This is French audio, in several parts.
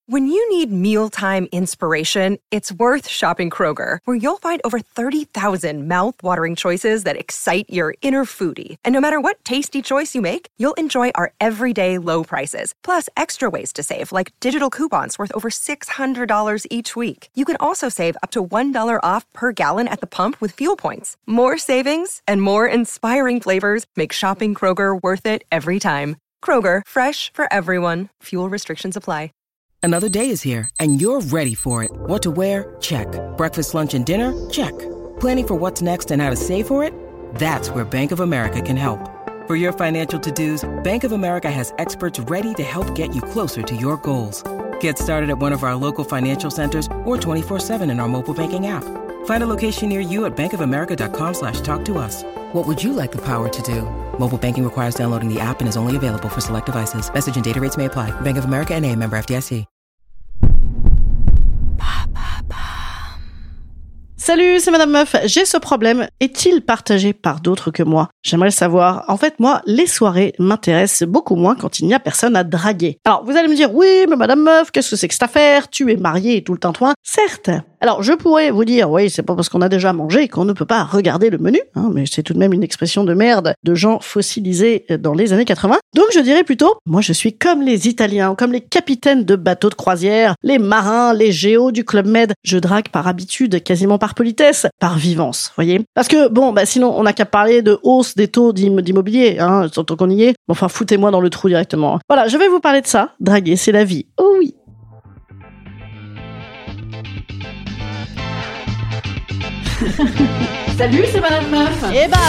When you need mealtime inspiration, it's worth shopping Kroger, where you'll find over 30,000 mouth-watering choices that excite your inner foodie. And no matter what tasty choice you make, you'll enjoy our everyday low prices, plus extra ways to save, like digital coupons worth over $600 each week. You can also save up to $1 off per gallon at the pump with fuel points. More savings and more inspiring flavors make shopping Kroger worth it every time. Kroger, fresh for everyone. Fuel restrictions apply. Another day is here, and you're ready for it. What to wear? Check. Breakfast, lunch, and dinner? Check. Planning for what's next and how to save for it? That's where Bank of America can help. For your financial to-dos, Bank of America has experts ready to help get you closer to your goals. Get started at one of our local financial centers or 24/7 in our mobile banking app. Find a location near you at bankofamerica.com/talktous. What would you like the power to do? Mobile banking requires downloading the app and is only available for select devices. Message and data rates may apply. Bank of America N.A., member FDIC. Salut, c'est Madame Meuf. J'ai ce problème. Est-il partagé par d'autres que moi? J'aimerais le savoir. En fait, moi, les soirées m'intéressent beaucoup moins quand il n'y a personne à draguer. Alors, vous allez me dire, oui, mais Madame Meuf, qu'est-ce que c'est que cette affaire? Tu es mariée et tout le tintouin. Certes. Alors, je pourrais vous dire, oui, c'est pas parce qu'on a déjà mangé qu'on ne peut pas regarder le menu, hein, mais c'est tout de même une expression de merde de gens fossilisés dans les années 80. Donc, je dirais plutôt, moi, je suis comme les Italiens, comme les capitaines de bateaux de croisière, les marins, les géos du Club Med. Je drague par habitude, quasiment par politesse, par vivance, voyez. Parce que, bon, sinon, on n'a qu'à parler de hausse des taux d'immobilier, hein, tant qu'on y est. Enfin, foutez-moi dans le trou directement. Voilà, je vais vous parler de ça. Draguer, c'est la vie. Oh oui. Salut, c'est Madame Meuf. Et bam.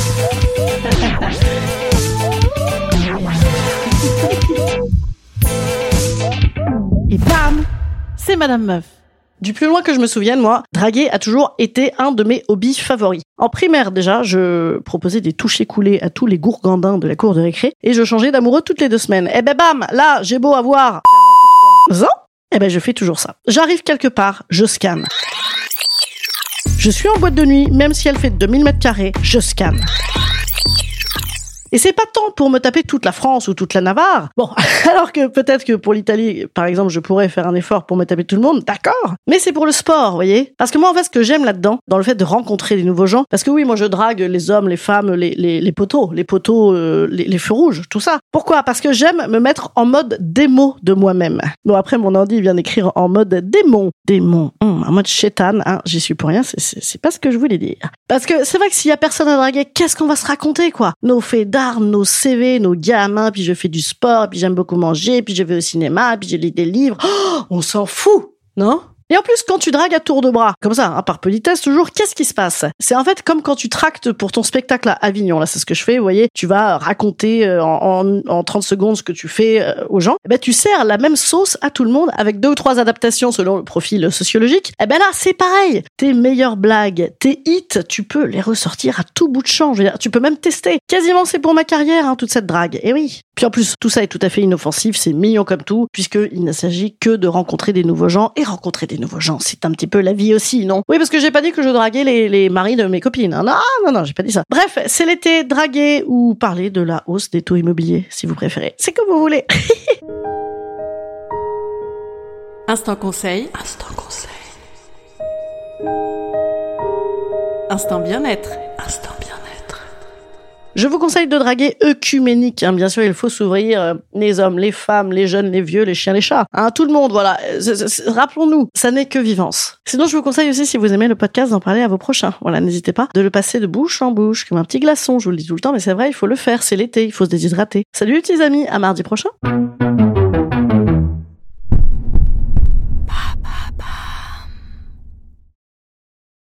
Et bam, c'est Madame Meuf. Du plus loin que je me souvienne, moi, draguer a toujours été un de mes hobbies favoris. En primaire, déjà, je proposais des touchés-coulés à tous les gourgandins de la cour de récré et je changeais d'amoureux toutes les 2 semaines. Et ben bam, là, j'ai beau avoir 40 ans, et ben je fais toujours ça. J'arrive quelque part, je scanne. Je suis en boîte de nuit, même si elle fait 2000 m², je scanne. Et c'est pas tant pour me taper toute la France ou toute la Navarre. Bon, alors que peut-être que pour l'Italie, par exemple, je pourrais faire un effort pour me taper tout le monde, d'accord. Mais c'est pour le sport, vous voyez. Parce que moi, en fait, ce que j'aime là-dedans, dans le fait de rencontrer des nouveaux gens, parce que oui, moi, je drague les hommes, les femmes, les poteaux, les feux rouges, tout ça. Pourquoi? Parce que j'aime me mettre en mode démo de moi-même. Bon, après, mon ordi vient d'écrire en mode démon. En mode chétane, hein, j'y suis pour rien, c'est pas ce que je voulais dire. Parce que c'est vrai que s'il y a personne à draguer, qu'est-ce qu'on va se raconter, quoi? Nos faits d'armes, nos CV, nos gamins, puis je fais du sport, puis j'aime beaucoup manger, puis je vais au cinéma, puis je lis des livres. Oh, on s'en fout, non? Et en plus, quand tu dragues à tour de bras, comme ça, hein, par politesse toujours, qu'est-ce qui se passe? C'est en fait comme quand tu tractes pour ton spectacle à Avignon, là, c'est ce que je fais, vous voyez, tu vas raconter en 30 secondes ce que tu fais aux gens, et ben tu sers la même sauce à tout le monde avec 2 ou 3 adaptations selon le profil sociologique. Et ben là, c'est pareil. Tes meilleures blagues, tes hits, tu peux les ressortir à tout bout de champ, je veux dire, tu peux même tester. Quasiment c'est pour ma carrière, hein, toute cette drague. Et oui. Puis en plus, tout ça est tout à fait inoffensif, c'est mignon comme tout, puisqu'il ne s'agit que de rencontrer des nouveaux gens, et rencontrer des nouveaux gens, c'est un petit peu la vie aussi, non? Oui, parce que j'ai pas dit que je draguais les maris de mes copines, hein. Non, j'ai pas dit ça. Bref, c'est l'été, draguer ou parler de la hausse des taux immobiliers, si vous préférez. C'est comme vous voulez. Instant conseil. Instant bien-être. Je vous conseille de draguer œcuménique, hein. Bien sûr, il faut s'ouvrir, les hommes, les femmes, les jeunes, les vieux, les chiens, les chats, hein, tout le monde, voilà. Rappelons-nous, ça n'est que vivance. Sinon, je vous conseille aussi, si vous aimez le podcast, d'en parler à vos prochains. Voilà, n'hésitez pas de le passer de bouche en bouche, comme un petit glaçon, je vous le dis tout le temps, mais c'est vrai, il faut le faire, c'est l'été, il faut se déshydrater. Salut les petits amis, à mardi prochain.